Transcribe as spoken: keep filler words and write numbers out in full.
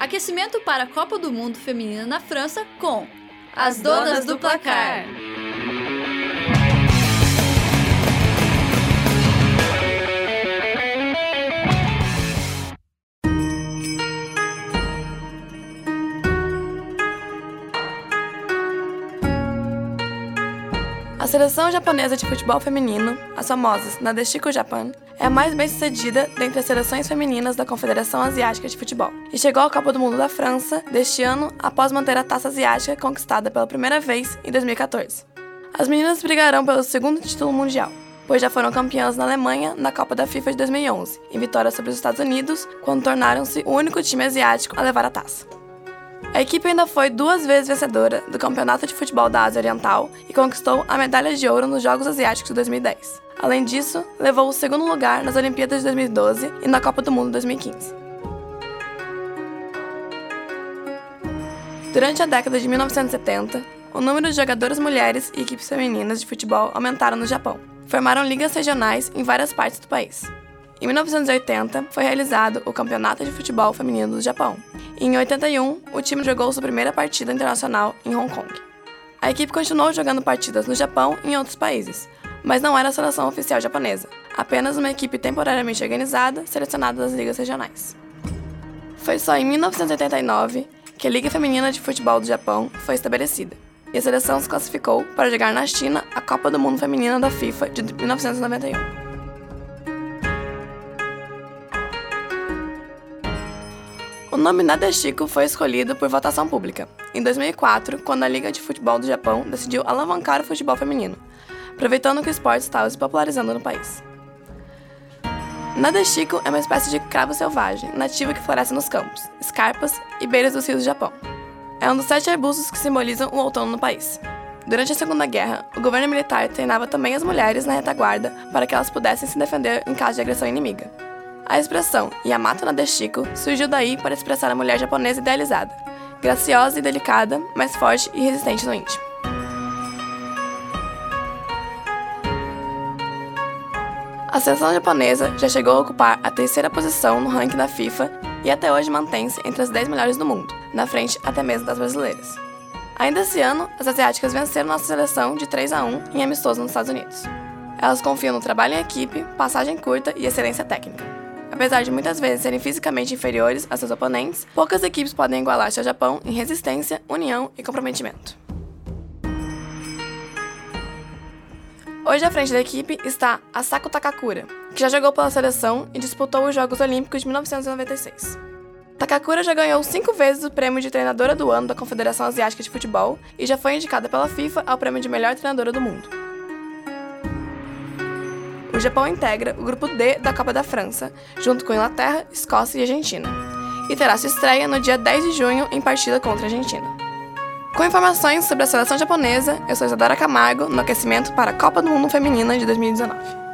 Aquecimento para a Copa do Mundo Feminina na França com as Donas do Placar. A seleção japonesa de futebol feminino, as famosas Nadeshiko Japan, é a mais bem-sucedida dentre as seleções femininas da Confederação Asiática de Futebol e chegou à Copa do Mundo da França deste ano após manter a taça asiática conquistada pela primeira vez em dois mil e catorze. As meninas brigarão pelo segundo título mundial, pois já foram campeãs na Alemanha na Copa da FIFA de dois mil e onze, em vitória sobre os Estados Unidos, quando tornaram-se o único time asiático a levar a taça. A equipe ainda foi duas vezes vencedora do Campeonato de Futebol da Ásia Oriental e conquistou a medalha de ouro nos Jogos Asiáticos de dois mil e dez. Além disso, levou o segundo lugar nas Olimpíadas de dois mil e doze e na Copa do Mundo de dois mil e quinze. Durante a década de mil novecentos e setenta, o número de jogadoras mulheres e equipes femininas de futebol aumentaram no Japão. Formaram ligas regionais em várias partes do país. Em mil novecentos e oitenta, foi realizado o Campeonato de Futebol Feminino do Japão. E em oitenta e um, o time jogou sua primeira partida internacional em Hong Kong. A equipe continuou jogando partidas no Japão e em outros países, mas não era a seleção oficial japonesa, apenas uma equipe temporariamente organizada, selecionada das ligas regionais. Foi só em mil novecentos e oitenta e nove que a Liga Feminina de Futebol do Japão foi estabelecida, e a seleção se classificou para jogar na China a Copa do Mundo Feminina da FIFA de mil novecentos e noventa e um. O nome Nadeshiko foi escolhido por votação pública, em dois mil e quatro, quando a Liga de Futebol do Japão decidiu alavancar o futebol feminino, aproveitando que o esporte estava se popularizando no país. Nadeshiko é uma espécie de cravo selvagem, nativo que floresce nos campos, escarpas e beiras dos rios do Japão. É um dos sete arbustos que simbolizam o outono no país. Durante a Segunda Guerra, o governo militar treinava também as mulheres na retaguarda para que elas pudessem se defender em caso de agressão inimiga. A expressão Yamato Nadeshiko surgiu daí para expressar a mulher japonesa idealizada, graciosa e delicada, mas forte e resistente no íntimo. A seleção japonesa já chegou a ocupar a terceira posição no ranking da FIFA e até hoje mantém-se entre as dez melhores do mundo, na frente até mesmo das brasileiras. Ainda esse ano, as asiáticas venceram nossa seleção de três a um em amistoso nos Estados Unidos. Elas confiam no trabalho em equipe, passagem curta e excelência técnica. Apesar de muitas vezes serem fisicamente inferiores a seus oponentes, poucas equipes podem igualar-se ao Japão em resistência, união e comprometimento. Hoje à frente da equipe está Asako Takakura, que já jogou pela seleção e disputou os Jogos Olímpicos de mil novecentos e noventa e seis. Takakura já ganhou cinco vezes o prêmio de treinadora do ano da Confederação Asiática de Futebol e já foi indicada pela FIFA ao prêmio de melhor treinadora do mundo. O Japão integra o grupo D da Copa da França, junto com Inglaterra, Escócia e Argentina, e terá sua estreia no dia dez de junho em partida contra a Argentina. Com informações sobre a seleção japonesa, eu sou Isadora Camargo, no aquecimento para a Copa do Mundo Feminina de dois mil e dezenove.